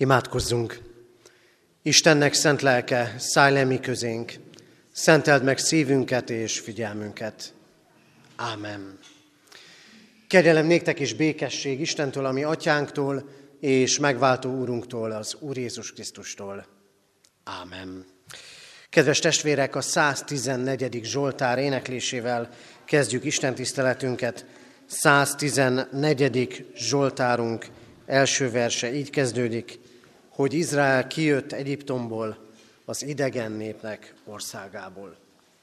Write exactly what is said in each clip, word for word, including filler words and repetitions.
Imádkozzunk! Istennek szent lelke, szállj le mi közénk, szenteld meg szívünket és figyelmünket. Ámen. Kegyelem néktek és békesség Istentől, ami atyánktól, és megváltó úrunktól, az Úr Jézus Krisztustól. Ámen. Kedves testvérek, a száztizennegyedik Zsoltár éneklésével kezdjük istentiszteletünket. száztizennegyedik Zsoltárunk első verse így kezdődik, hogy Izrael kijött Egyiptomból, az idegen népnek országából.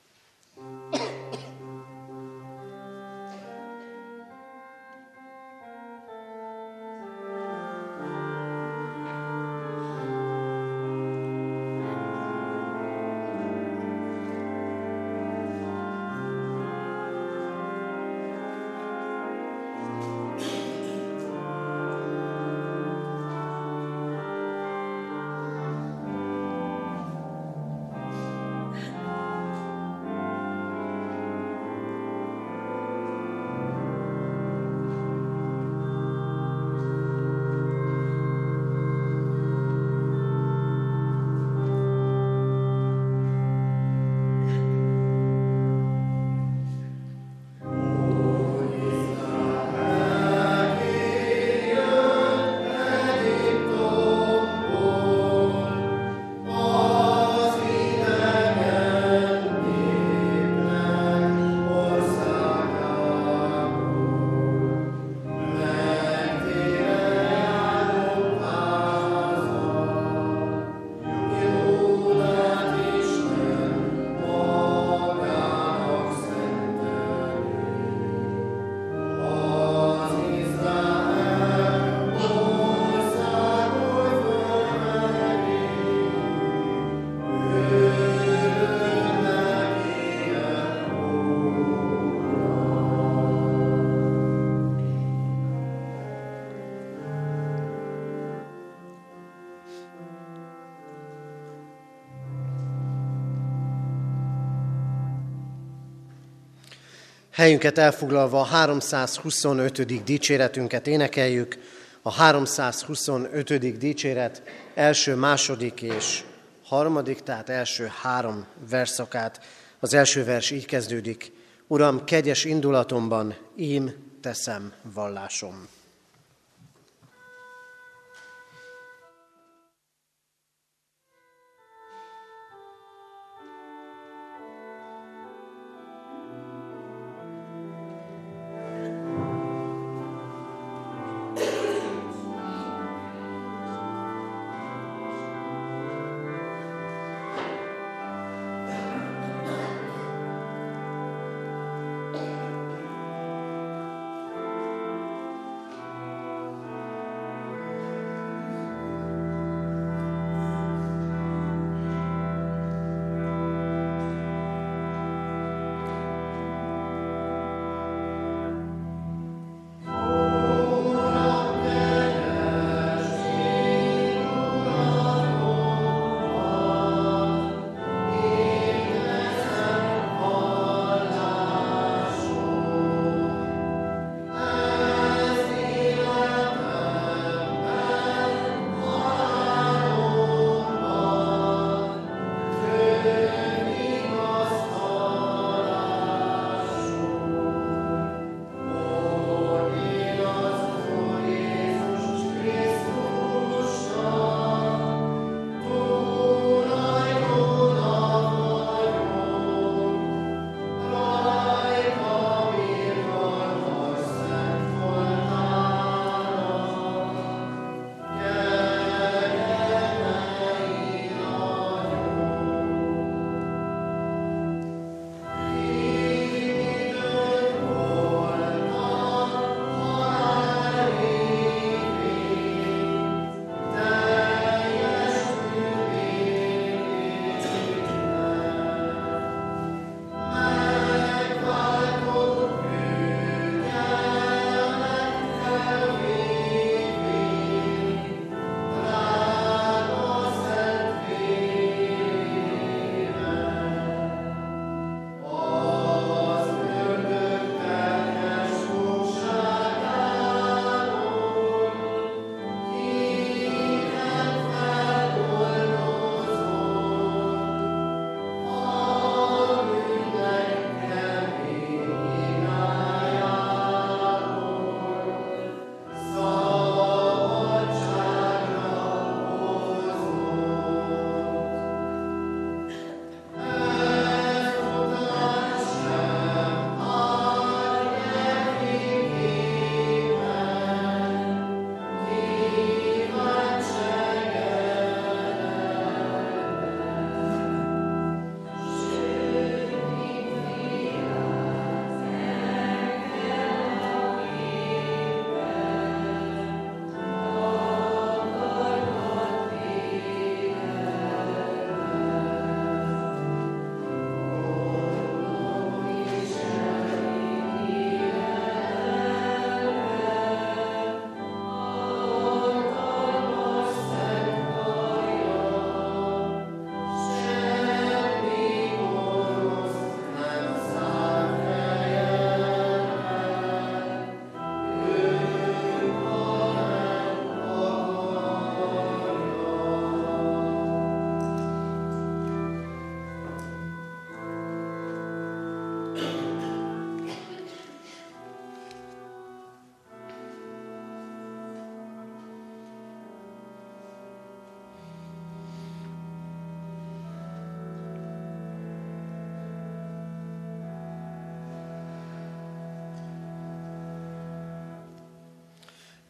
Helyünket elfoglalva a háromszázhuszonötödik dicséretünket énekeljük. A háromszázhuszonötödik dicséret első, második és harmadik, tehát első három versszakát. Az első vers így kezdődik. Uram, kegyes indulatomban ím teszem vallásom.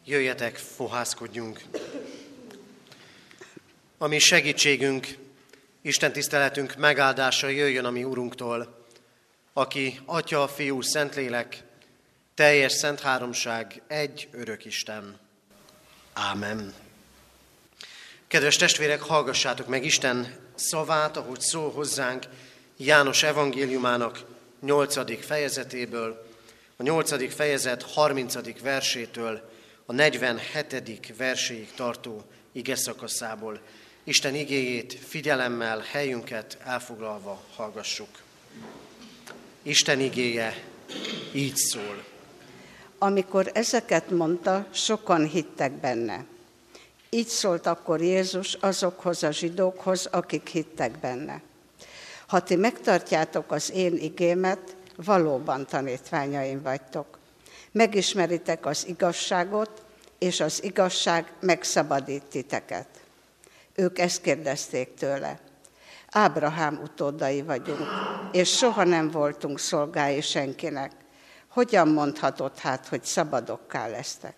Jöjjetek, fohászkodjunk. A mi segítségünk, Isten tiszteletünk megáldása jöjjön a mi Urunktól, aki Atya, Fiú, Szentlélek, teljes szent háromság, egy örök Isten. Ámen. Kedves testvérek, hallgassátok meg Isten szavát, ahogy szól hozzánk János evangéliumának nyolcadik fejezetéből, a nyolcadik fejezet harmincadik versétől a negyvenhetedik verséig tartó igeszakaszából. Isten igéjét figyelemmel, helyünket elfoglalva hallgassuk. Isten igéje így szól. Amikor ezeket mondta, sokan hittek benne. Így szólt akkor Jézus azokhoz a zsidókhoz, akik hittek benne. Ha ti megtartjátok az én igémet, valóban tanítványaim vagytok. Megismeritek az igazságot, és az igazság megszabadít titeket. Ők ezt kérdezték tőle. Ábrahám utódai vagyunk, és soha nem voltunk szolgái senkinek. Hogyan mondhatod hát, hogy szabadokká lesztek?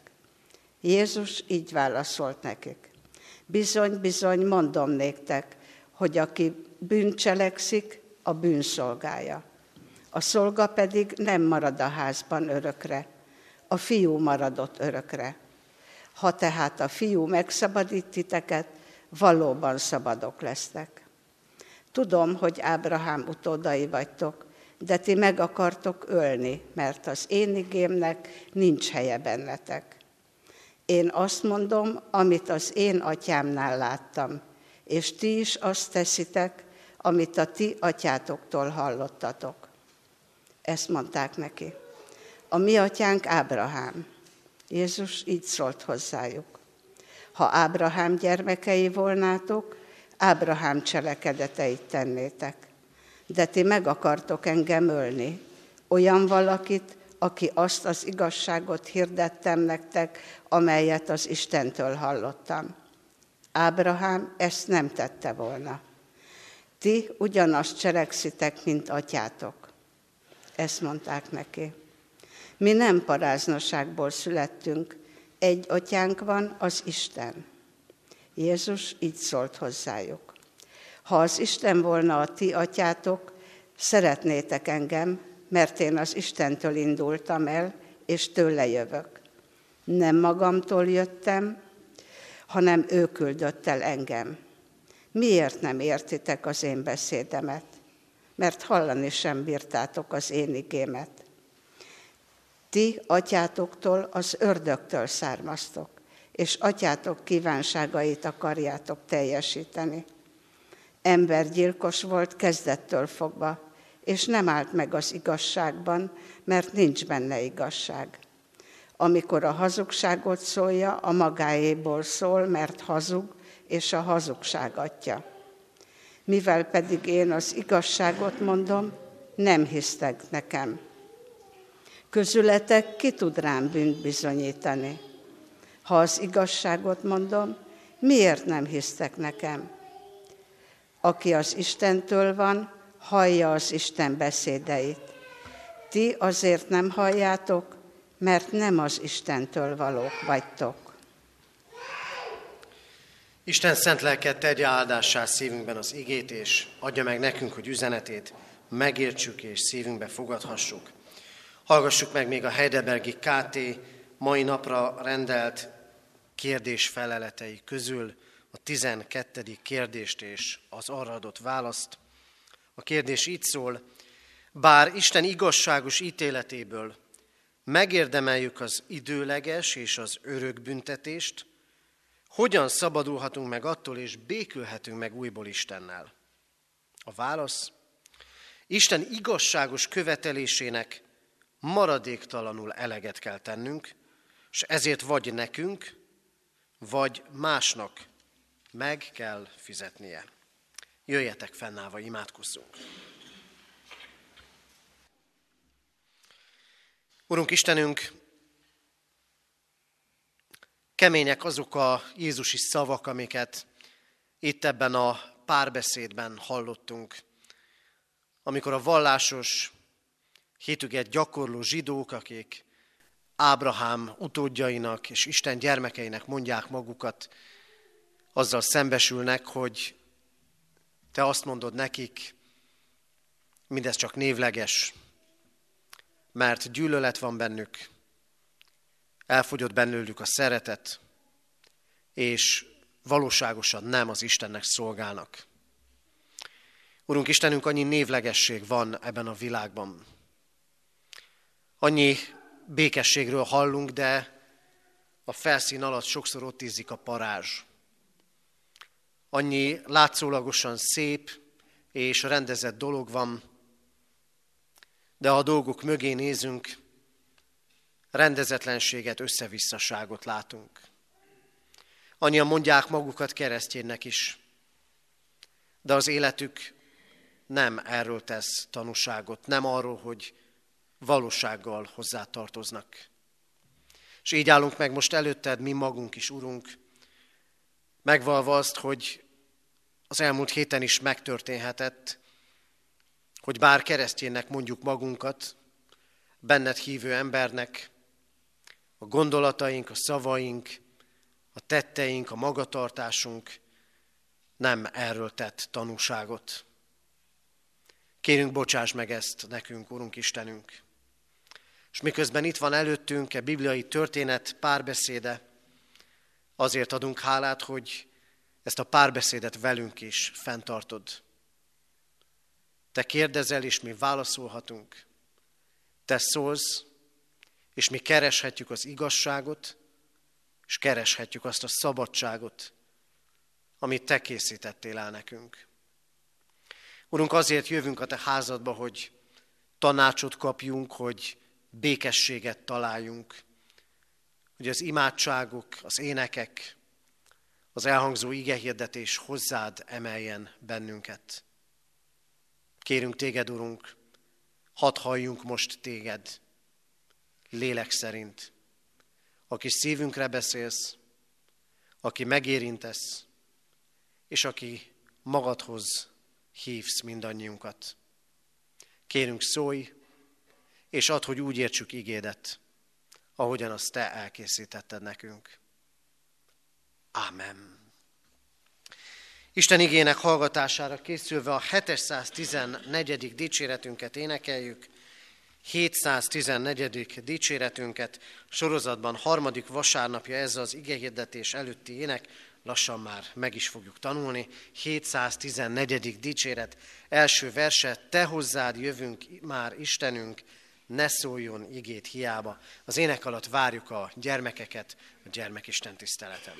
Jézus így válaszolt nekik. Bizony, bizony, mondom néktek, hogy aki bűncselekszik, a bűnszolgája. A szolga pedig nem marad a házban örökre, a fiú maradott örökre. Ha tehát a fiú megszabadít titeket, valóban szabadok lesztek. Tudom, hogy Ábrahám utódai vagytok, de ti meg akartok ölni, mert az én igémnek nincs helye bennetek. Én azt mondom, amit az én atyámnál láttam, és ti is azt teszitek, amit a ti atyátoktól hallottatok. Ezt mondták neki. A mi atyánk Ábrahám. Jézus így szólt hozzájuk. Ha Ábrahám gyermekei volnátok, Ábrahám cselekedeteit tennétek. De ti meg akartok engem ölni, olyan valakit, aki azt az igazságot hirdettem nektek, amelyet az Istentől hallottam. Ábrahám ezt nem tette volna. Ti ugyanazt cselekszitek, mint atyátok. Ezt mondták neki. Mi nem paráznaságból születtünk, egy atyánk van, az Isten. Jézus így szólt hozzájuk. Ha az Isten volna a ti atyátok, szeretnétek engem, mert én az Istentől indultam el, és tőle jövök. Nem magamtól jöttem, hanem ő küldött el engem. Miért nem értitek az én beszédemet? Mert hallani sem bírtátok az én igémet. Ti atyátoktól, az ördögtől származtok, és atyátok kívánságait akarjátok teljesíteni. Embergyilkos volt kezdettől fogva, és nem állt meg az igazságban, mert nincs benne igazság. Amikor a hazugságot szólja, a magáéból szól, mert hazug, és a hazugság atya. Mivel pedig én az igazságot mondom, nem hisztek nekem. Közületek ki tud rám bűnt bizonyítani? Ha az igazságot mondom, miért nem hisztek nekem? Aki az Istentől van, hallja az Isten beszédeit. Ti azért nem halljátok, mert nem az Istentől valók vagytok. Isten szent lelket tegye áldássá szívünkben az igét, és adja meg nekünk, hogy üzenetét megértsük és szívünkbe fogadhassuk. Hallgassuk meg még a Heidelbergi ká té mai napra rendelt kérdés-feleletei közül a tizenkettedik kérdést és az arra adott választ. A kérdés így szól: bár Isten igazságos ítéletéből megérdemeljük az időleges és az örök büntetést, hogyan szabadulhatunk meg attól és békülhetünk meg újból Istennel? A válasz: Isten igazságos követelésének maradéktalanul eleget kell tennünk, és ezért vagy nekünk, vagy másnak meg kell fizetnie. Jöjjetek fennállva, imádkozzunk! Urunk Istenünk, kemények azok a jézusi szavak, amiket itt ebben a párbeszédben hallottunk, amikor a vallásos, hitüket gyakorló zsidók, akik Ábrahám utódjainak és Isten gyermekeinek mondják magukat, azzal szembesülnek, hogy te azt mondod nekik, mindez csak névleges, mert gyűlölet van bennük, elfogyott bennőlük a szeretet, és valóságosan nem az Istennek szolgálnak. Urunk Istenünk, annyi névlegesség van ebben a világban. Annyi békességről hallunk, de a felszín alatt sokszor ott ízik a parázs. Annyi látszólagosan szép és rendezett dolog van, de ha a dolgok mögé nézünk, rendezetlenséget, összevisszaságot látunk. Annyian mondják magukat keresztjénnek is, de az életük nem erről tesz tanúságot, nem arról, hogy valósággal hozzátartoznak. És így állunk meg most előtted, mi magunk is, Urunk, megvalva azt, hogy az elmúlt héten is megtörténhetett, hogy bár keresztjénnek mondjuk magunkat, benned hívő embernek, a gondolataink, a szavaink, a tetteink, a magatartásunk nem erről tett tanúságot. Kérünk, bocsáss meg ezt nekünk, Urunk Istenünk. És miközben itt van előttünk a bibliai történet párbeszéde, azért adunk hálát, hogy ezt a párbeszédet velünk is fenntartod. Te kérdezel, és mi válaszolhatunk. Te szólsz, és mi kereshetjük az igazságot, és kereshetjük azt a szabadságot, amit te készítettél el nekünk. Urunk, azért jövünk a te házadba, hogy tanácsot kapjunk, hogy békességet találjunk, hogy az imádságok, az énekek, az elhangzó igehirdetés hozzád emeljen bennünket. Kérünk téged, Urunk, hadd halljunk most téged, lélek szerint, aki szívünkre beszélsz, aki megérintesz, és aki magadhoz hívsz mindannyiunkat. Kérünk, szólj, és add, hogy úgy értsük igédet, ahogyan azt te elkészítetted nekünk. Ámen. Isten igének hallgatására készülve a hétszáztizennegyedik dicséretünket énekeljük. hétszáztizennegyedik dicséretünket sorozatban harmadik vasárnapja ez az igehirdetés előtti ének, lassan már meg is fogjuk tanulni. hétszáztizennegyedik dicséret első verse, te hozzád jövünk már Istenünk, ne szóljon igét hiába. Az ének alatt várjuk a gyermekeket a gyermekisten tiszteleten.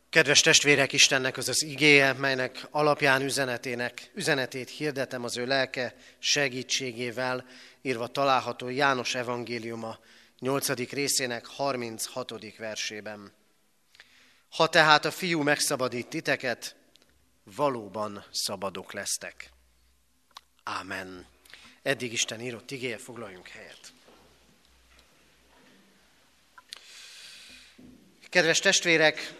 Kedves testvérek, Istennek az az igéje, melynek alapján üzenetének, üzenetét hirdetem az ő lelke segítségével, írva található János evangéliuma nyolcadik részének harminchatodik versében. Ha tehát a fiú megszabadít titeket, valóban szabadok lesztek. Ámen. Eddig Isten írott igéje, foglaljunk helyet. Kedves testvérek,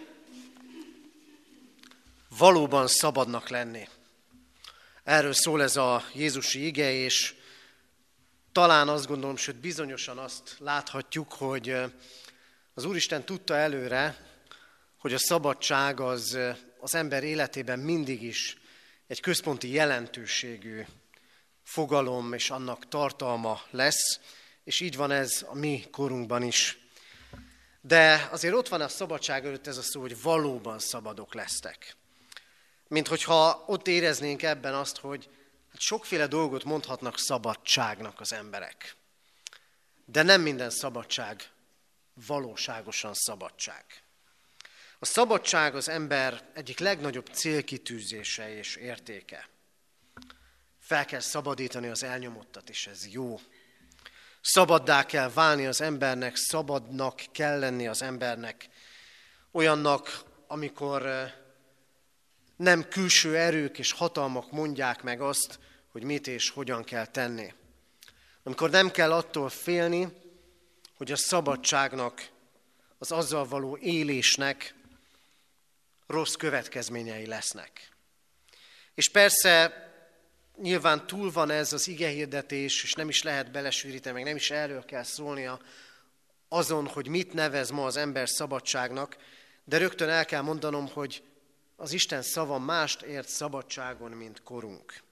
valóban szabadnak lenni. Erről szól ez a jézusi ige, és talán azt gondolom, sőt bizonyosan azt láthatjuk, hogy az Úristen tudta előre, hogy a szabadság az, az ember életében mindig is egy központi jelentőségű fogalom és annak tartalma lesz, és így van ez a mi korunkban is. De azért ott van a szabadság előtt ez a szó, hogy valóban szabadok lesztek. Mint hogyha ott éreznénk ebben azt, hogy hát sokféle dolgot mondhatnak szabadságnak az emberek. De nem minden szabadság valóságosan szabadság. A szabadság az ember egyik legnagyobb célkitűzése és értéke. Fel kell szabadítani az elnyomottat, és ez jó. Szabaddá kell válni az embernek, szabadnak kell lenni az embernek. Olyannak, amikor nem külső erők és hatalmak mondják meg azt, hogy mit és hogyan kell tenni. Amikor nem kell attól félni, hogy a szabadságnak, az azzal való élésnek rossz következményei lesznek. És persze nyilván túl van ez az igehirdetés, és nem is lehet belesűríteni, meg nem is erről kell szólnia azon, hogy mit nevez ma az ember szabadságnak, de rögtön el kell mondanom, hogy az Isten szava mást ért szabadságon, mint korunk.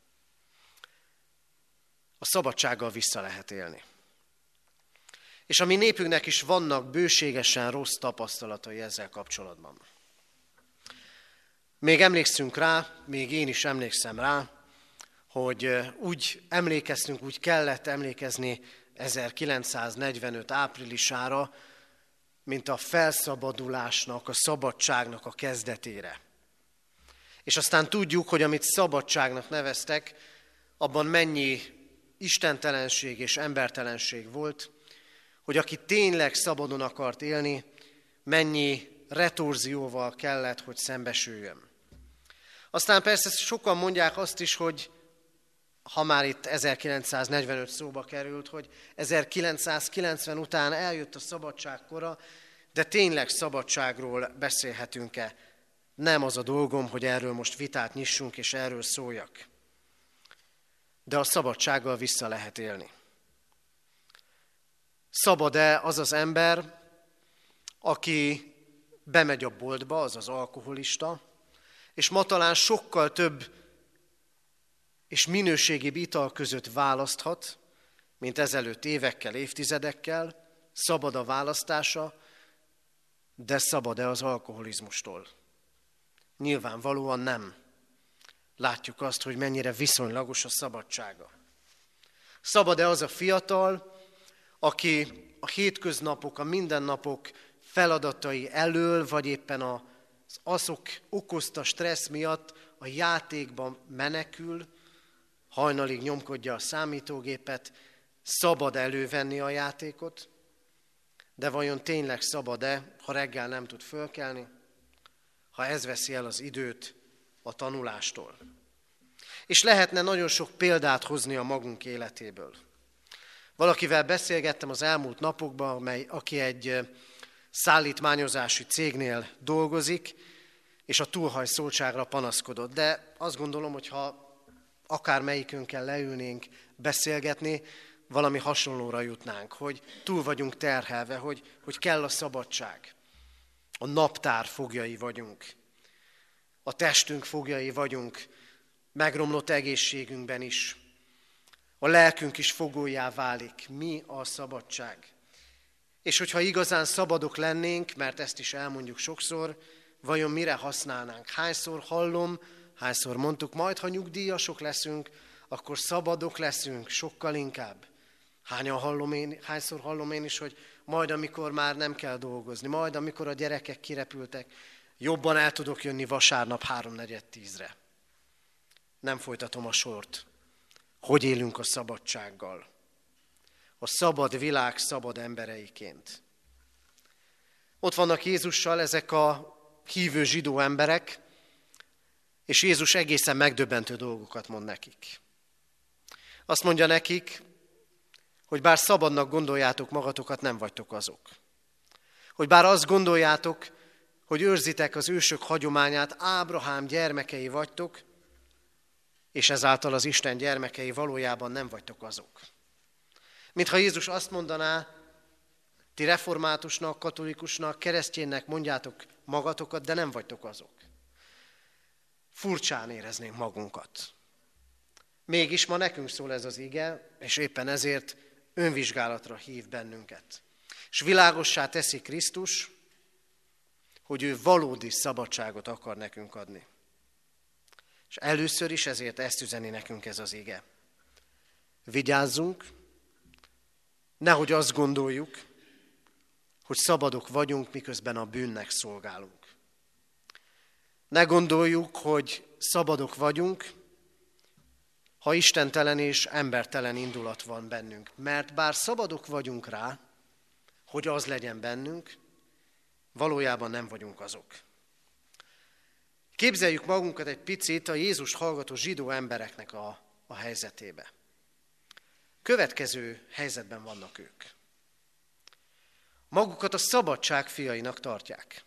A szabadsággal vissza lehet élni. És a mi népünknek is vannak bőségesen rossz tapasztalatai ezzel kapcsolatban. Még emlékszünk rá, még én is emlékszem rá, hogy úgy emlékeztünk, úgy kellett emlékezni ezerkilencszáznegyvenöt áprilisára, mint a felszabadulásnak, a szabadságnak a kezdetére. És aztán tudjuk, hogy amit szabadságnak neveztek, abban mennyi istentelenség és embertelenség volt, hogy aki tényleg szabadon akart élni, mennyi retorzióval kellett, hogy szembesüljön. Aztán persze sokan mondják azt is, hogy ha már itt ezerkilencszáznegyvenöt szóba került, hogy ezerkilencszázkilencven után eljött a szabadság kora, de tényleg szabadságról beszélhetünk-e? Nem az a dolgom, hogy erről most vitát nyissunk és erről szóljak. De a szabadsággal vissza lehet élni. Szabad-e az az ember, aki bemegy a boltba, az az alkoholista, és ma talán sokkal több és minőségibb ital között választhat, mint ezelőtt évekkel, évtizedekkel, szabad a választása, de szabad-e az alkoholizmustól? Nyilvánvalóan nem. Látjuk azt, hogy mennyire viszonylagos a szabadsága. Szabad-e az a fiatal, aki a hétköznapok, a mindennapok feladatai elől, vagy éppen az azok okozta stressz miatt a játékban menekül, hajnalig nyomkodja a számítógépet, szabad elővenni a játékot, de vajon tényleg szabad-e, ha reggel nem tud fölkelni, ha ez veszi el az időt a tanulástól? És lehetne nagyon sok példát hozni a magunk életéből. Valakivel beszélgettem az elmúlt napokban, amely, aki egy szállítmányozási cégnél dolgozik, és a túlhajszoltságra panaszkodott. De azt gondolom, hogy ha akármelyikünkkel leülnénk beszélgetni, valami hasonlóra jutnánk, hogy túl vagyunk terhelve, hogy, hogy kell a szabadság. A naptár foglyai vagyunk, a testünk foglyai vagyunk, megromlott egészségünkben is. A lelkünk is fogólyá válik. Mi a szabadság? És hogyha igazán szabadok lennénk, mert ezt is elmondjuk sokszor, vajon mire használnánk? Hányszor hallom, hányszor mondtuk, majd ha nyugdíjasok leszünk, akkor szabadok leszünk sokkal inkább. Hányan hallom én, hányszor hallom én is, hogy majd amikor már nem kell dolgozni, majd amikor a gyerekek kirepültek, Jobban el tudok jönni vasárnap háromnegyed tízre. Nem folytatom a sort. Hogy élünk a szabadsággal? A szabad világ szabad embereiként. Ott vannak Jézussal ezek a hívő zsidó emberek, és Jézus egészen megdöbbentő dolgokat mond nekik. Azt mondja nekik, hogy bár szabadnak gondoljátok magatokat, nem vagytok azok. Hogy bár azt gondoljátok, hogy őrzitek az ősök hagyományát, Ábrahám gyermekei vagytok, és ezáltal az Isten gyermekei, valójában nem vagytok azok. Mintha Jézus azt mondaná, ti reformátusnak, katolikusnak, kereszténynek mondjátok magatokat, de nem vagytok azok. Furcsán éreznénk magunkat. Mégis ma nekünk szól ez az ige, és éppen ezért önvizsgálatra hív bennünket. És világossá teszi Krisztus, hogy ő valódi szabadságot akar nekünk adni. És először is ezért ezt üzeni nekünk ez az ige. Vigyázzunk, nehogy azt gondoljuk, hogy szabadok vagyunk, miközben a bűnnek szolgálunk. Ne gondoljuk, hogy szabadok vagyunk, ha istentelen és embertelen indulat van bennünk. Mert bár szabadok vagyunk rá, hogy az legyen bennünk, valójában nem vagyunk azok. Képzeljük magunkat egy picit a Jézus hallgató zsidó embereknek a, a helyzetébe. Következő helyzetben vannak ők. Magukat a szabadság fiainak tartják.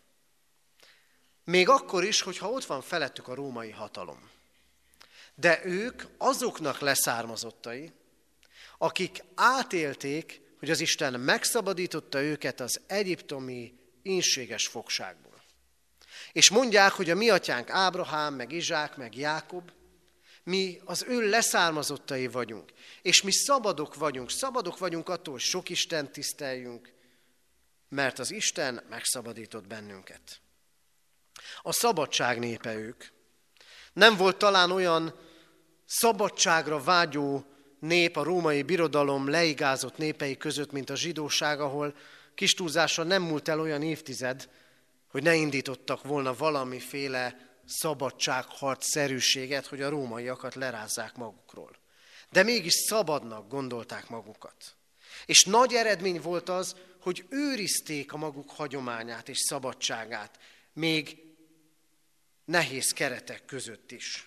Még akkor is, hogyha ott van felettük a római hatalom. De ők azoknak leszármazottai, akik átélték, hogy az Isten megszabadította őket az egyiptomi ínséges fogságból. És mondják, hogy a mi atyánk Ábrahám, meg Izsák, meg Jákob, mi az ő leszármazottai vagyunk, és mi szabadok vagyunk, szabadok vagyunk attól, hogy sok Istent tiszteljünk, mert az Isten megszabadított bennünket. A szabadság népe ők. Nem volt talán olyan szabadságra vágyó nép a római birodalom leigázott népei között, mint a zsidóság, ahol kis túlzással nem múlt el olyan évtized, hogy ne indítottak volna valamiféle szabadságharcszerűséget, hogy a rómaiakat lerázzák magukról. De mégis szabadnak gondolták magukat. És nagy eredmény volt az, hogy őrizték a maguk hagyományát és szabadságát, még nehéz keretek között is.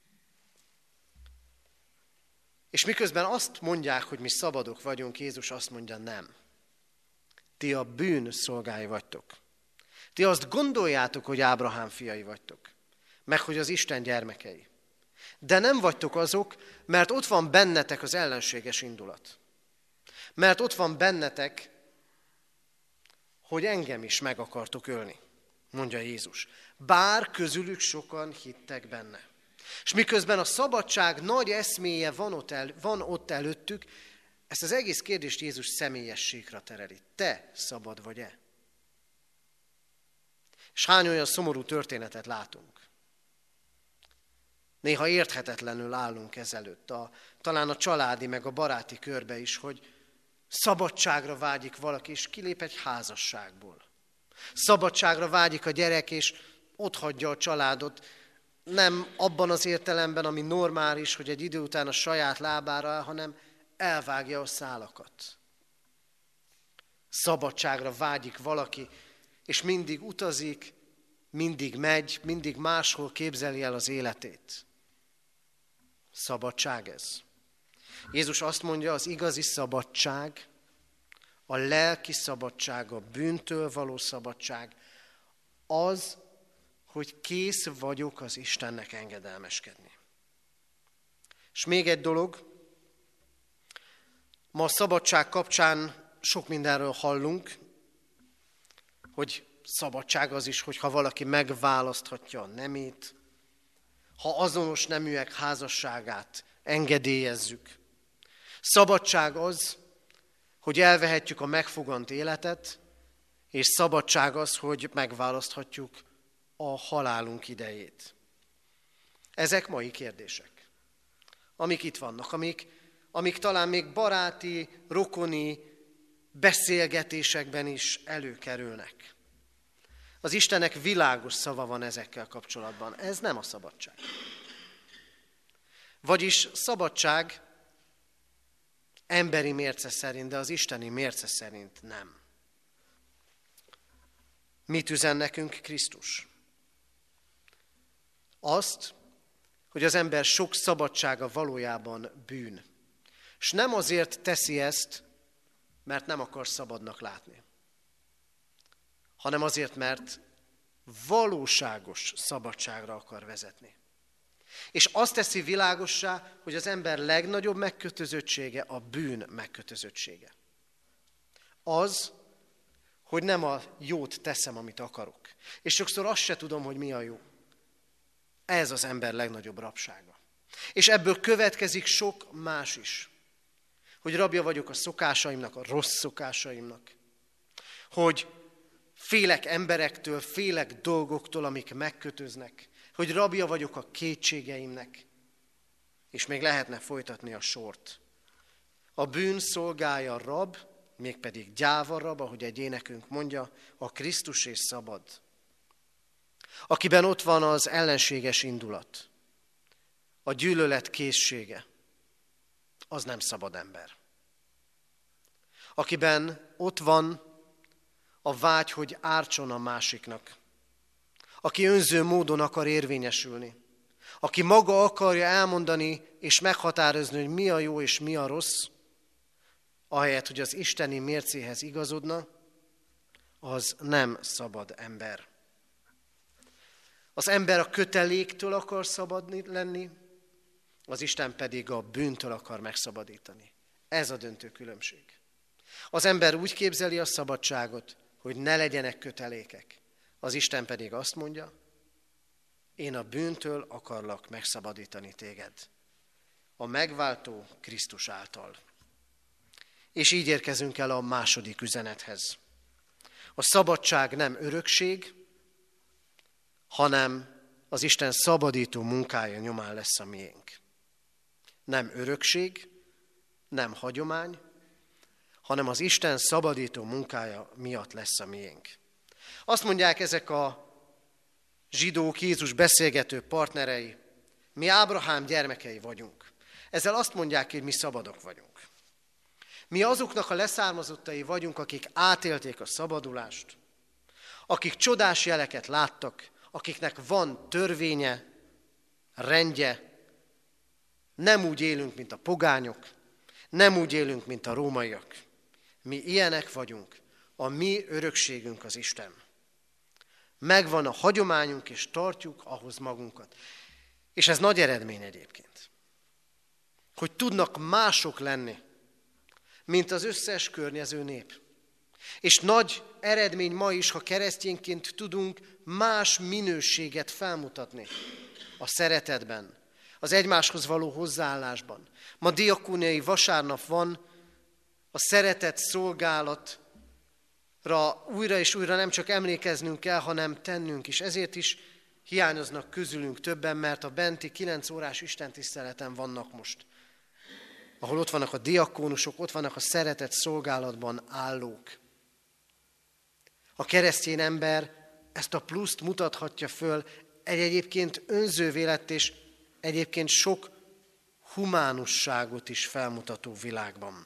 És miközben azt mondják, hogy mi szabadok vagyunk, Jézus azt mondja, nem. Ti a bűn szolgái vagytok. Ti azt gondoljátok, hogy Ábrahám fiai vagytok, meg hogy az Isten gyermekei. De nem vagytok azok, mert ott van bennetek az ellenséges indulat. Mert ott van bennetek, hogy engem is meg akartok ölni, mondja Jézus. Bár közülük sokan hittek benne. És miközben a szabadság nagy eszméje van ott, el, van ott előttük, ezt az egész kérdést Jézus személyességre tereli. Te szabad vagy-e? És hány olyan szomorú történetet látunk? Néha érthetetlenül állunk ezelőtt, a, talán a családi meg a baráti körbe is, hogy szabadságra vágyik valaki, és kilép egy házasságból. Szabadságra vágyik a gyerek, és otthagyja a családot, nem abban az értelemben, ami normális, hogy egy idő után a saját lábára áll, hanem elvágja a szálakat. Szabadságra vágyik valaki, és mindig utazik, mindig megy, mindig máshol képzeli el az életét. Szabadság ez. Jézus azt mondja, az igazi szabadság, a lelki szabadság, a bűntől való szabadság, az, hogy kész vagyok az Istennek engedelmeskedni. És még egy dolog, ma a szabadság kapcsán sok mindenről hallunk, hogy szabadság az is, hogyha valaki megválaszthatja a nemét, ha azonos neműek házasságát engedélyezzük. Szabadság az, hogy elvehetjük a megfogant életet, és szabadság az, hogy megválaszthatjuk a halálunk idejét. Ezek mai kérdések, amik itt vannak, amik, amik talán még baráti, rokoni beszélgetésekben is előkerülnek. Az Istennek világos szava van ezekkel kapcsolatban. Ez nem a szabadság. Vagyis szabadság emberi mérce szerint, de az isteni mérce szerint nem. Mit üzen nekünk Krisztus? Azt, hogy az ember sok szabadsága valójában bűn. És nem azért teszi ezt, mert nem akar szabadnak látni, hanem azért, mert valóságos szabadságra akar vezetni. És azt teszi világossá, hogy az ember legnagyobb megkötözöttsége a bűn megkötözöttsége. Az, hogy nem a jót teszem, amit akarok. És sokszor azt se tudom, hogy mi a jó. Ez az ember legnagyobb rabsága. És ebből következik sok más is. Hogy rabja vagyok a szokásaimnak, a rossz szokásaimnak. Hogy félek emberektől, félek dolgoktól, amik megkötöznek. Hogy rabja vagyok a kétségeimnek. És még lehetne folytatni a sort. A bűn szolgálja rab, mégpedig gyáva rab, ahogy egy énekünk mondja, a Krisztus és szabad. Akiben ott van az ellenséges indulat, a gyűlölet készsége, az nem szabad ember. Akiben ott van a vágy, hogy ártson a másiknak, aki önző módon akar érvényesülni, aki maga akarja elmondani és meghatározni, hogy mi a jó és mi a rossz, ahelyett, hogy az isteni mércéhez igazodna, az nem szabad ember. Az ember a köteléktől akar szabadni lenni, az Isten pedig a bűntől akar megszabadítani. Ez a döntő különbség. Az ember úgy képzeli a szabadságot, hogy ne legyenek kötelékek. Az Isten pedig azt mondja, én a bűntől akarlak megszabadítani téged. A megváltó Krisztus által. És így érkezünk el a második üzenethez. A szabadság nem örökség, hanem az Isten szabadító munkája nyomán lesz a miénk. Nem örökség, nem hagyomány, hanem az Isten szabadító munkája miatt lesz a miénk. Azt mondják ezek a zsidók, Jézus beszélgető partnerei, mi Ábrahám gyermekei vagyunk. Ezzel azt mondják, hogy mi szabadok vagyunk. Mi azoknak a leszármazottai vagyunk, akik átélték a szabadulást, akik csodás jeleket láttak, akiknek van törvénye, rendje, nem úgy élünk, mint a pogányok, nem úgy élünk, mint a rómaiak. Mi ilyenek vagyunk, a mi örökségünk az Isten. Megvan a hagyományunk, és tartjuk ahhoz magunkat. És ez nagy eredmény egyébként. Hogy tudnak mások lenni, mint az összes környező nép. És nagy eredmény ma is, ha keresztényként tudunk más minőséget felmutatni a szeretetben, az egymáshoz való hozzáállásban. Ma diakóniai vasárnap van, a szeretet szolgálatra újra és újra nem csak emlékeznünk kell, hanem tennünk is. Ezért is hiányoznak közülünk többen, mert a benti kilenc órás istentiszteleten vannak most, ahol ott vannak a diakónusok, ott vannak a szeretet szolgálatban állók. A keresztény ember ezt a pluszt mutathatja föl egy egyébként önzővé lett és egyébként sok humánusságot is felmutató világban.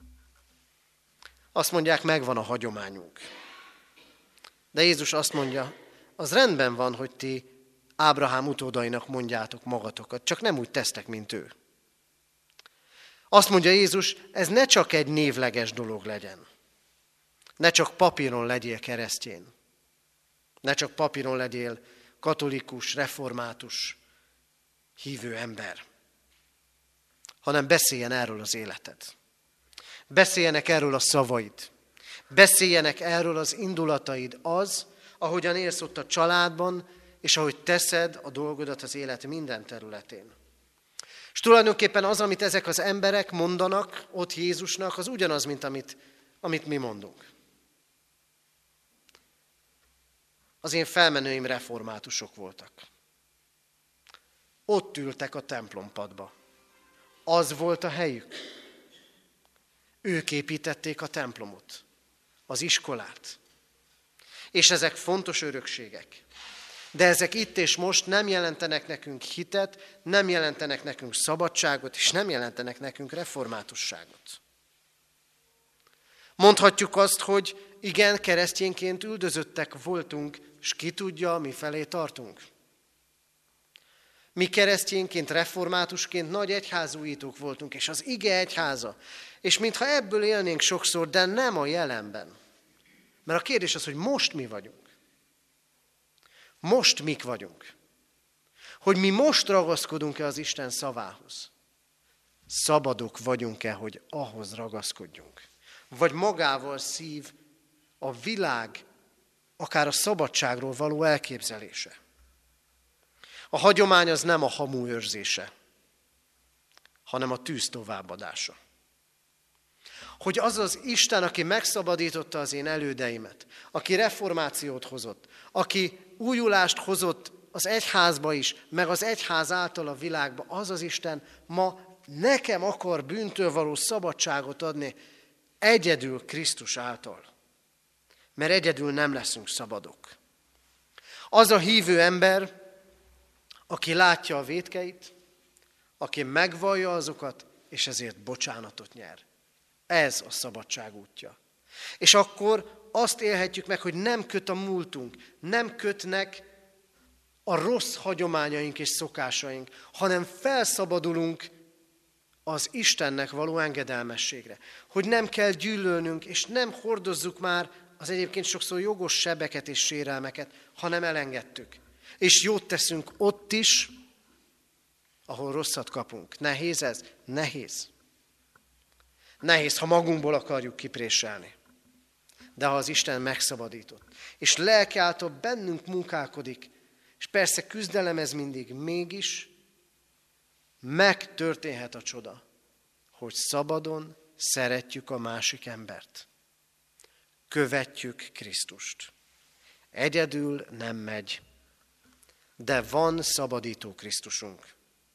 Azt mondják, megvan a hagyományunk. De Jézus azt mondja, az rendben van, hogy ti Ábrahám utódainak mondjátok magatokat, csak nem úgy tesztek, mint ő. Azt mondja Jézus, ez ne csak egy névleges dolog legyen. Ne csak papíron legyél keresztény. Ne csak papíron legyél katolikus, református, hívő ember. Hanem beszéljen erről az életed. Beszéljenek erről a szavaid. Beszéljenek erről az indulataid, az, ahogyan élsz ott a családban, és ahogy teszed a dolgodat az élet minden területén. És tulajdonképpen az, amit ezek az emberek mondanak ott Jézusnak, az ugyanaz, mint amit, amit mi mondunk. Az én felmenőim reformátusok voltak. Ott ültek a templompadba. Az volt a helyük. Ők építették a templomot, az iskolát. És ezek fontos örökségek. De ezek itt és most nem jelentenek nekünk hitet, nem jelentenek nekünk szabadságot, és nem jelentenek nekünk reformátusságot. Mondhatjuk azt, hogy igen, keresztényként üldözöttek voltunk, és ki tudja, mi felé tartunk. Mi keresztényként, reformátusként nagy egyházújítók voltunk, és az ige egyháza. És mintha ebből élnénk sokszor, de nem a jelenben. Mert a kérdés az, hogy most mi vagyunk. Most mik vagyunk. Hogy mi most ragaszkodunk-e az Isten szavához. Szabadok vagyunk-e, hogy ahhoz ragaszkodjunk. Vagy magával szív a világ, akár a szabadságról való elképzelése. A hagyomány az nem a hamu őrzése, hanem a tűz továbbadása. Hogy az az Isten, aki megszabadította az én elődeimet, aki reformációt hozott, aki újulást hozott az egyházba is, meg az egyház által a világba, az az Isten ma nekem akar bűntől való szabadságot adni, egyedül Krisztus által. Mert egyedül nem leszünk szabadok. Az a hívő ember, aki látja a vétkeit, aki megvallja azokat, és ezért bocsánatot nyer. Ez a szabadság útja. És akkor azt élhetjük meg, hogy nem köt a múltunk, nem kötnek a rossz hagyományaink és szokásaink, hanem felszabadulunk az Istennek való engedelmességre. Hogy nem kell gyűlölnünk, és nem hordozzuk már az egyébként sokszor jogos sebeket és sérelmeket, hanem elengedtük. És jót teszünk ott is, ahol rosszat kapunk. Nehéz ez? Nehéz. Nehéz, ha magunkból akarjuk kipréselni. De ha az Isten megszabadított, és lelke által bennünk munkálkodik, és persze küzdelem ez mindig, mégis megtörténhet a csoda, hogy szabadon szeretjük a másik embert. Követjük Krisztust. Egyedül nem megy, de van szabadító Krisztusunk.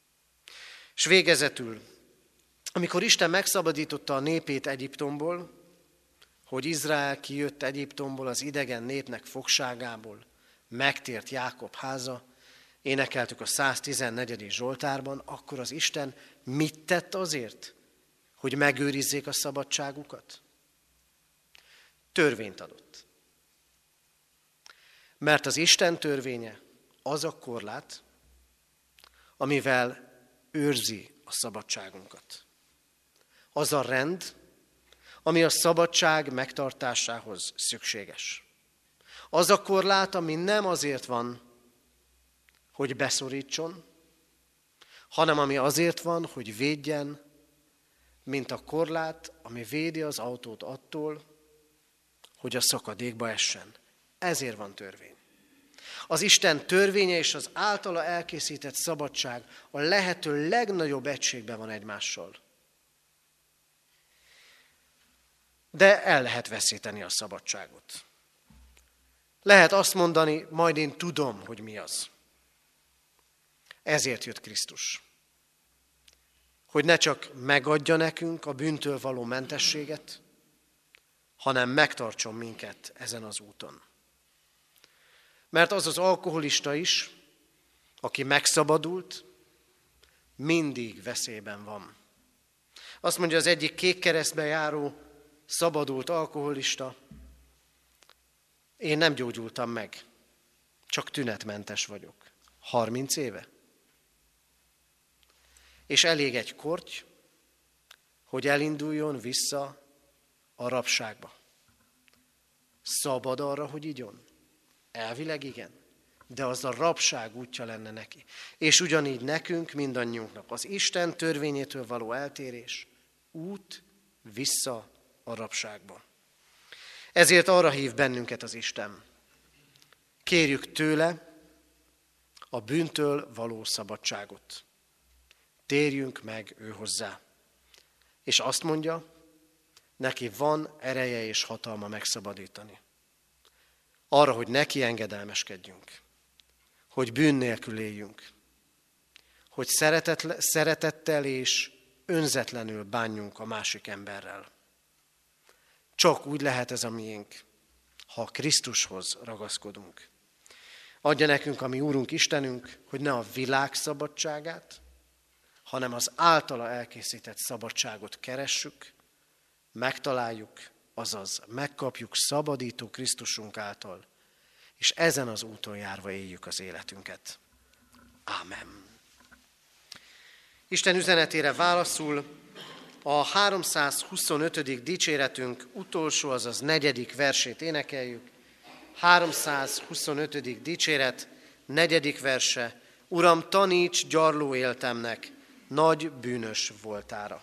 És végezetül, amikor Isten megszabadította a népét Egyiptomból, hogy Izrael kijött Egyiptomból az idegen népnek fogságából, megtért Jákob háza, énekeltük a száztizennegyedik Zsoltárban, akkor az Isten mit tett azért, hogy megőrizzék a szabadságukat? Törvényt adott. Mert az Isten törvénye az a korlát, amivel őrzi a szabadságunkat. Az a rend, ami a szabadság megtartásához szükséges. Az a korlát, ami nem azért van, hogy beszorítson, hanem ami azért van, hogy védjen, mint a korlát, ami védi az autót attól, hogy a szakadékba essen. Ezért van törvény. Az Isten törvénye és az általa elkészített szabadság a lehető legnagyobb egységben van egymással. De el lehet veszíteni a szabadságot. Lehet azt mondani, majd én tudom, hogy mi az. Ezért jött Krisztus. Hogy ne csak megadja nekünk a bűntől való mentességet, hanem megtartson minket ezen az úton. Mert az az alkoholista is, aki megszabadult, mindig veszélyben van. Azt mondja az egyik kékkeresztbe járó, szabadult alkoholista, én nem gyógyultam meg, csak tünetmentes vagyok. harminc éve. És elég egy korty, hogy elinduljon vissza a rabságba. Szabad arra, hogy igyon? Elvileg igen, de az a rabság útja lenne neki. És ugyanígy nekünk, mindannyiunknak az Isten törvényétől való eltérés út vissza a rabságba. Ezért arra hív bennünket az Isten. Kérjük tőle a bűntől való szabadságot. Térjünk meg ő hozzá. És azt mondja, neki van ereje és hatalma megszabadítani. Arra, hogy neki engedelmeskedjünk, hogy bűn nélkül éljünk, hogy szeretettel és önzetlenül bánjunk a másik emberrel. Csak úgy lehet ez a miénk, ha Krisztushoz ragaszkodunk. Adja nekünk a mi Úrunk Istenünk, hogy ne a világ szabadságát, hanem az általa elkészített szabadságot keressük, megtaláljuk, azaz megkapjuk szabadító Krisztusunk által, és ezen az úton járva éljük az életünket. Ámen. Isten üzenetére válaszul a háromszázhuszonötödik dicséretünk utolsó, azaz negyedik versét énekeljük. háromszázhuszonötödik dicséret, negyedik verse. Uram, taníts gyarló éltemnek, nagy bűnös voltára.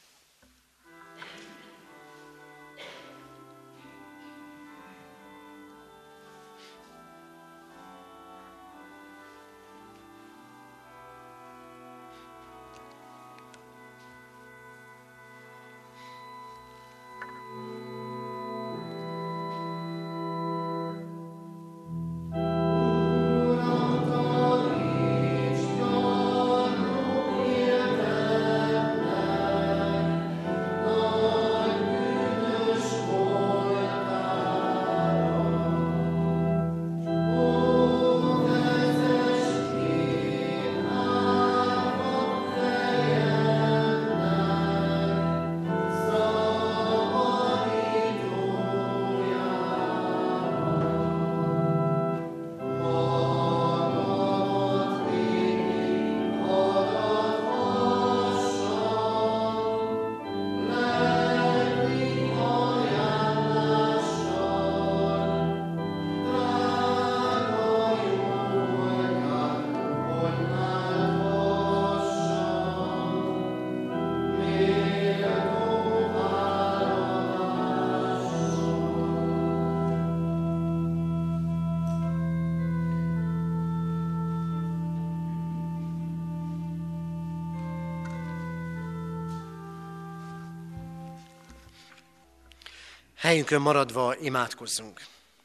Helyünkön maradva imádkozzunk.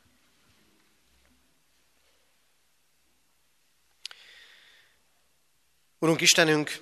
Urunk Istenünk,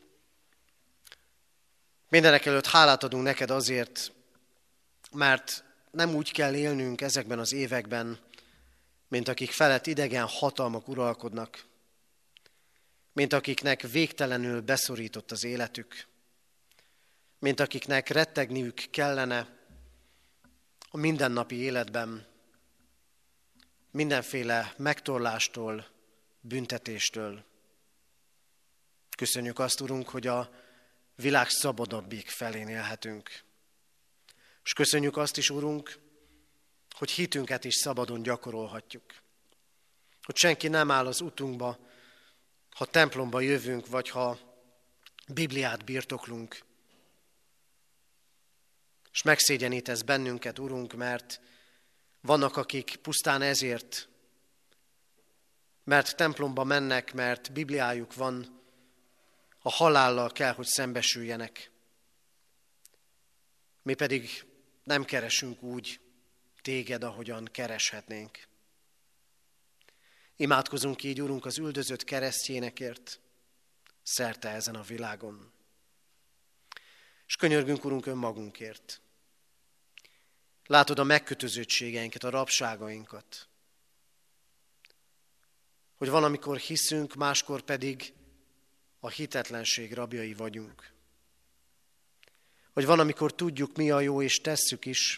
mindenek előtt hálát adunk neked azért, mert nem úgy kell élnünk ezekben az években, mint akik felett idegen hatalmak uralkodnak, mint akiknek végtelenül beszorított az életük, mint akiknek rettegniük kellene a mindennapi életben, mindenféle megtorlástól, büntetéstől. Köszönjük azt, Urunk, hogy a világ szabadabbik felén élhetünk. És köszönjük azt is, Urunk, hogy hitünket is szabadon gyakorolhatjuk. Hogy senki nem áll az utunkba, ha templomba jövünk, vagy ha Bibliát birtoklunk. És megszégyenítesz bennünket, Urunk, mert vannak, akik pusztán ezért, mert templomba mennek, mert Bibliájuk van, a halállal kell, hogy szembesüljenek. Mi pedig nem keresünk úgy téged, ahogyan kereshetnénk. Imádkozunk így, Urunk, az üldözött keresztjénekért, szerte ezen a világon. És könyörgünk, Urunk, önmagunkért. Látod a megkötözöttségeinket, a rabságainkat. Hogy van, amikor hiszünk, máskor pedig a hitetlenség rabjai vagyunk. Hogy van, amikor tudjuk, mi a jó, és tesszük is,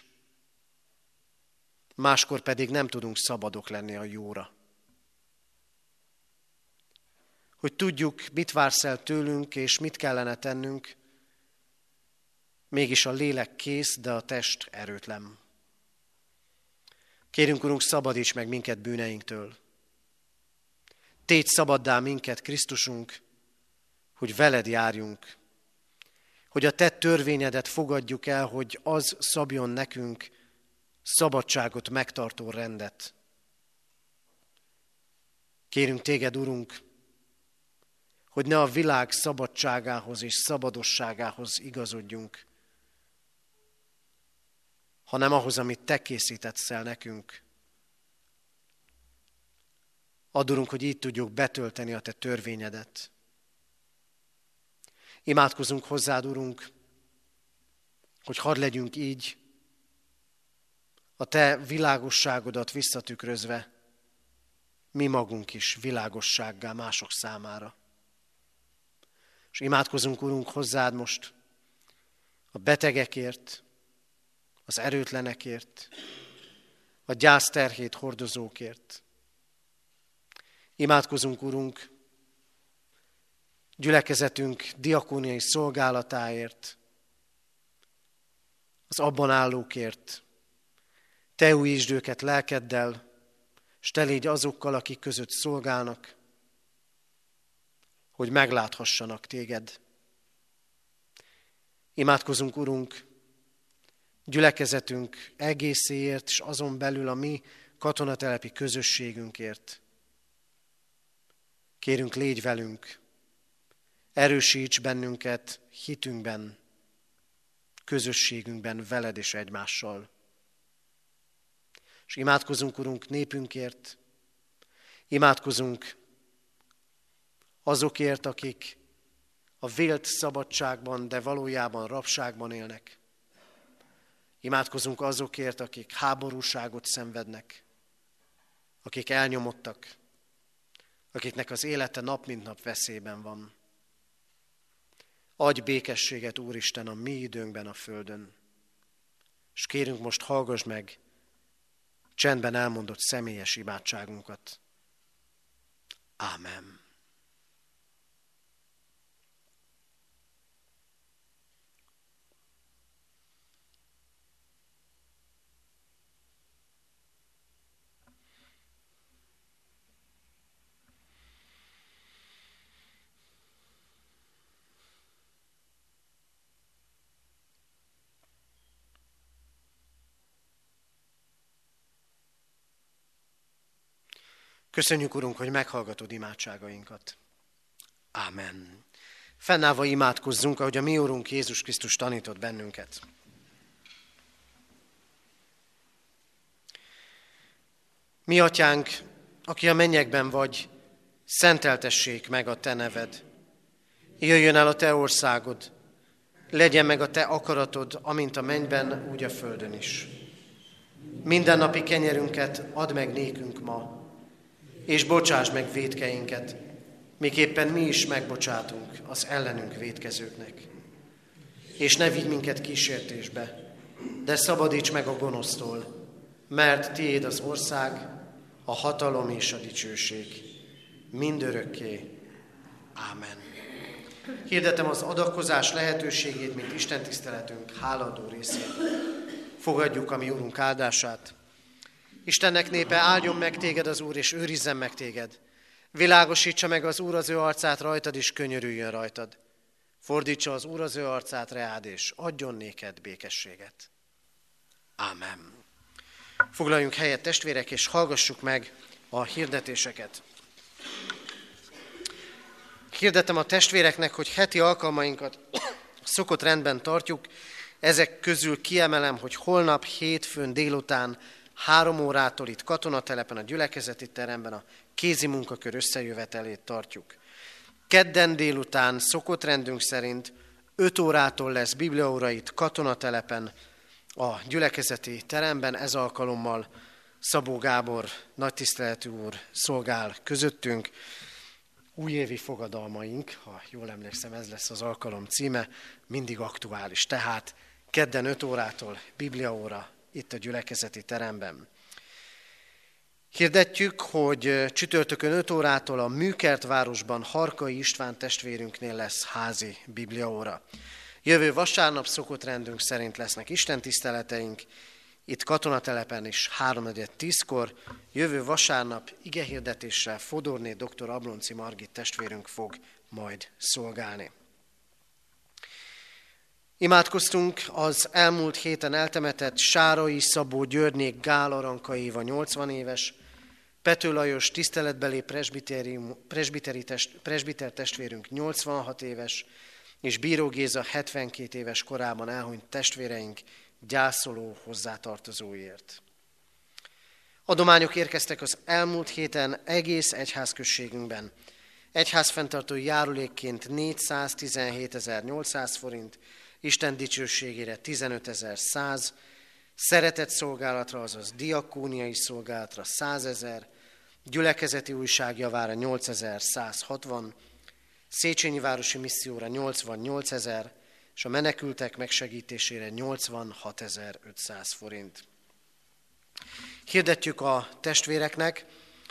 máskor pedig nem tudunk szabadok lenni a jóra. Hogy tudjuk, mit vársz el tőlünk, és mit kellene tennünk, mégis a lélek kész, de a test erőtlen. Kérünk, Urunk, szabadíts meg minket bűneinktől. Tégy szabaddá minket, Krisztusunk, hogy veled járjunk, hogy a te törvényedet fogadjuk el, hogy az szabjon nekünk szabadságot megtartó rendet. Kérünk téged, Urunk, hogy ne a világ szabadságához és szabadosságához igazodjunk, hanem ahhoz, amit te készítetsz el nekünk. Add, Urunk, hogy így tudjuk betölteni a te törvényedet. Imádkozunk hozzád, Urunk, hogy hadd legyünk így, a te világosságodat visszatükrözve, mi magunk is világossággá mások számára. És imádkozunk, Urunk, hozzád most a betegekért, az erőtlenekért, a gyászterhét hordozókért. Imádkozunk, Urunk, gyülekezetünk diakóniai szolgálatáért, az abban állókért. Te újítsd őket lelkeddel, s te légy azokkal, akik között szolgálnak, hogy megláthassanak téged. Imádkozunk, Urunk, gyülekezetünk egészéért, és azon belül a mi katonatelepi közösségünkért. Kérünk, légy velünk, erősíts bennünket hitünkben, közösségünkben veled és egymással. És imádkozunk, Urunk, népünkért, imádkozunk azokért, akik a vélt szabadságban, de valójában rabságban élnek. Imádkozunk azokért, akik háborúságot szenvednek, akik elnyomottak, akiknek az élete nap mint nap veszélyben van. Adj békességet, Úristen, a mi időnkben a földön. És kérünk, most hallgass meg csendben elmondott személyes imádságunkat. Ámen. Köszönjük, Urunk, hogy meghallgatod imádságainkat. Ámen. Fennállva imádkozzunk, ahogy a mi Urunk Jézus Krisztus tanított bennünket. Mi atyánk, aki a mennyekben vagy, szenteltessék meg a te neved. Jöjjön el a te országod, legyen meg a te akaratod, amint a mennyben, úgy a földön is. Mindennapi kenyerünket add meg nékünk ma, és bocsáss meg vétkeinket, miképpen mi is megbocsátunk az ellenünk vétkezőknek. És ne vigy minket kísértésbe, de szabadíts meg a gonosztól, mert tiéd az ország, a hatalom és a dicsőség, mindörökké. Ámen. Hirdetem az adakozás lehetőségét, mint Isten tiszteletünk hálaadó részét. Fogadjuk a mi Urunk áldását. Istennek népe, áldjon meg téged az Úr, és őrizzen meg téged. Világosítsa meg az Úr az ő arcát rajtad, és könyörüljön rajtad. Fordítsa az Úr az ő arcát reád, és adjon néked békességet. Ámen. Foglaljunk helyet, testvérek, és hallgassuk meg a hirdetéseket. Hirdetem a testvéreknek, hogy heti alkalmainkat szokott rendben tartjuk. Ezek közül kiemelem, hogy holnap hétfőn délután három órától itt katonatelepen, a gyülekezeti teremben a kézi munkakör összejövetelét tartjuk. Kedden délután szokott rendünk szerint öt órától lesz bibliaóra itt katonatelepen, a gyülekezeti teremben. Ez alkalommal Szabó Gábor nagytiszteletű úr szolgál közöttünk. Újévi fogadalmaink, ha jól emlékszem, ez lesz az alkalom címe, mindig aktuális. Tehát kedden öt órától bibliaóra itt a gyülekezeti teremben. Hirdetjük, hogy csütörtökön öt órától a Műkertvárosban Harkai István testvérünknél lesz házi bibliaóra. Jövő vasárnap szokott rendünk szerint lesznek istentiszteleteink, itt katonatelepen is háromnegyed tízkor. Jövő vasárnap igehirdetéssel Fodorné dr. Ablonci Margit testvérünk fog majd szolgálni. Imádkoztunk az elmúlt héten eltemetett Sárai Szabó Györgynék Gál Aranka Éva nyolcvan éves, Pető Lajos tiszteletbeli presbiteri test, presbiter testvérünk nyolcvanhat éves, és Bíró Géza hetvenkét éves korában elhunyt testvéreink gyászoló hozzátartozóiért. Adományok érkeztek az elmúlt héten egész egyházközségünkben. Egyházfenntartói járulékként négyszáztizenhétezer-nyolcszáz forint, Isten dicsőségére tizenötezer-száz, szeretett szolgálatra, azaz diakóniai szolgálatra százezer, gyülekezeti újság javára nyolcezer-százhatvan, Széchenyi városi misszióra nyolcvannyolcezer, és a menekültek megsegítésére nyolcvanhatezer-ötszáz forint. Hirdetjük a testvéreknek,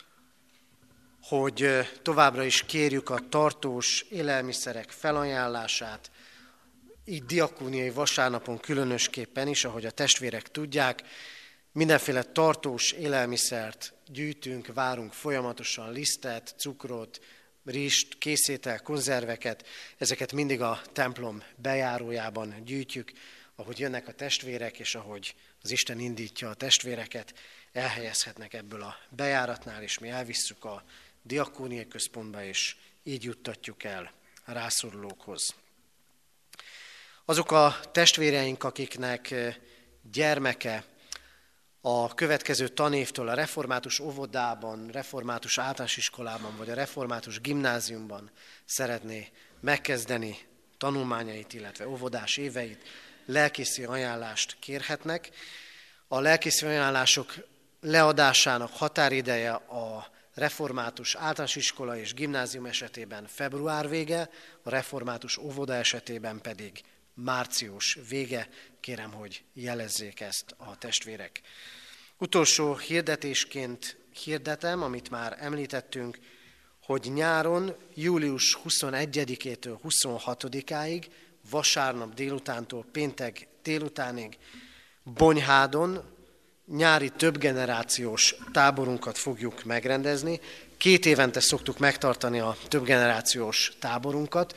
hogy továbbra is kérjük a tartós élelmiszerek felajánlását, így diakóniai vasárnapon különösképpen is, ahogy a testvérek tudják, mindenféle tartós élelmiszert gyűjtünk, várunk folyamatosan, lisztet, cukrot, rizst, készétel, konzerveket, ezeket mindig a templom bejárójában gyűjtjük, ahogy jönnek a testvérek, és ahogy az Isten indítja a testvéreket, elhelyezhetnek ebből a bejáratnál, és mi elvisszük a diakóniai központba, és így juttatjuk el a rászorulókhoz. Azok a testvéreink, akiknek gyermeke a következő tanévtől a református óvodában, református általános iskolában vagy a református gimnáziumban szeretné megkezdeni tanulmányait, illetve óvodás éveit, lelkészi ajánlást kérhetnek. A lelkészi ajánlások leadásának határideje a református általános iskola és gimnázium esetében február vége, a református óvoda esetében pedig március vége. Kérem, hogy jelezzék ezt a testvérek. Utolsó hirdetésként hirdetem, amit már említettünk, hogy nyáron, július huszonegyedikétől huszonhatodikáig, vasárnap délutántól péntek délutánig Bonyhádon nyári többgenerációs táborunkat fogjuk megrendezni. Két évente szoktuk megtartani a többgenerációs táborunkat,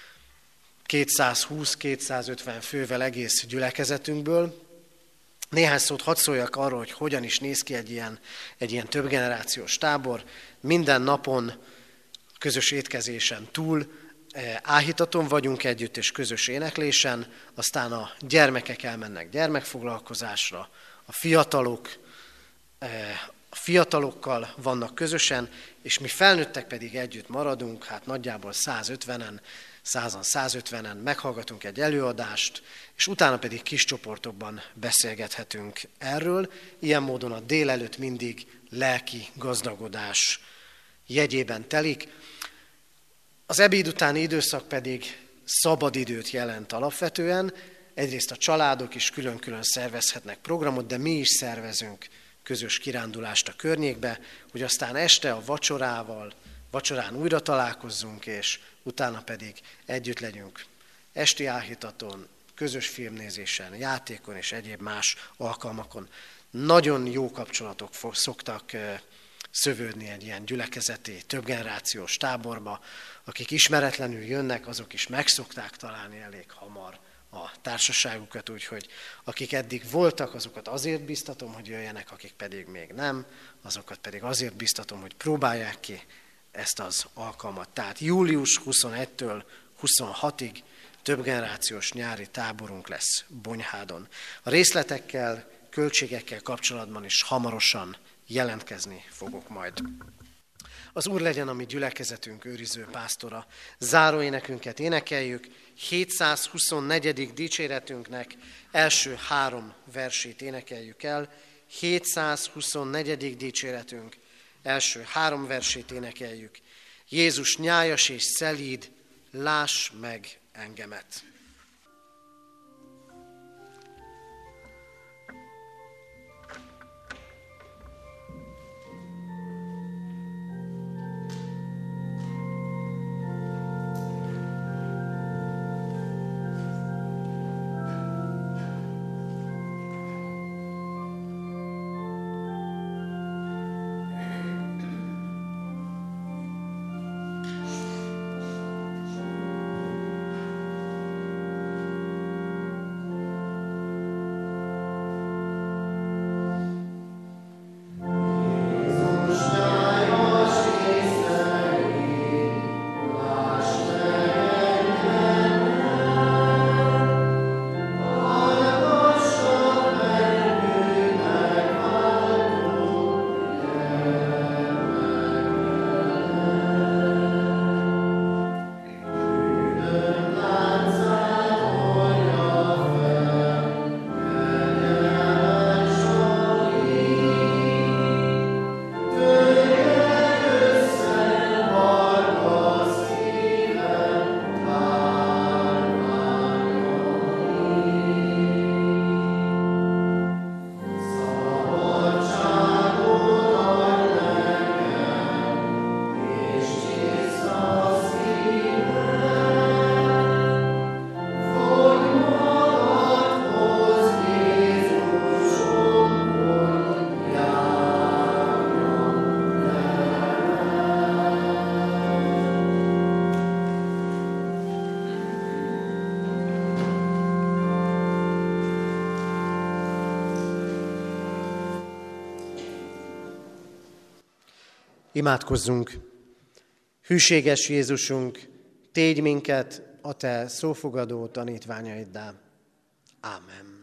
kétszázhúsz-kétszázötven fővel egész gyülekezetünkből. Néhány szót hadd szóljak arról, hogy hogyan is néz ki egy ilyen, egy ilyen többgenerációs tábor. Minden napon közös étkezésen túl áhítaton vagyunk együtt, és közös éneklésen, aztán a gyermekek elmennek gyermekfoglalkozásra, a fiatalok, a fiatalokkal vannak közösen, és mi felnőttek pedig együtt maradunk, hát nagyjából százötvenen, százan, százötvenen meghallgatunk egy előadást, és utána pedig kis csoportokban beszélgethetünk erről. Ilyen módon a délelőtt mindig lelki gazdagodás jegyében telik. Az ebéd utáni időszak pedig szabadidőt jelent alapvetően. Egyrészt a családok is külön-külön szervezhetnek programot, de mi is szervezünk közös kirándulást a környékbe, hogy aztán este a vacsorával, vacsorán újra találkozzunk, és utána pedig együtt legyünk esti áhítaton, közös filmnézésen, játékon és egyéb más alkalmakon. Nagyon jó kapcsolatok szoktak szövődni egy ilyen gyülekezeti, többgenerációs táborba. Akik ismeretlenül jönnek, azok is megszokták találni elég hamar a társaságukat, úgyhogy akik eddig voltak, azokat azért biztatom, hogy jöjjenek, akik pedig még nem, azokat pedig azért biztatom, hogy próbálják ki ezt az alkalmat. Tehát július huszonegyedikétől huszonhatodikáig többgenerációs nyári táborunk lesz Bonyhádon. A részletekkel, költségekkel kapcsolatban is hamarosan jelentkezni fogok majd. Az Úr legyen a mi gyülekezetünk őriző pásztora. Záróénekünket énekeljük, hétszázhuszonnegyedik dicséretünknek első három versét énekeljük el. hétszázhuszonnegyedik dicséretünk első három versét énekeljük. Jézus nyájas és szelíd, láss meg engemet. Imádkozzunk! Hűséges Jézusunk, tégy minket a Te szófogadó tanítványaiddá. Ámen.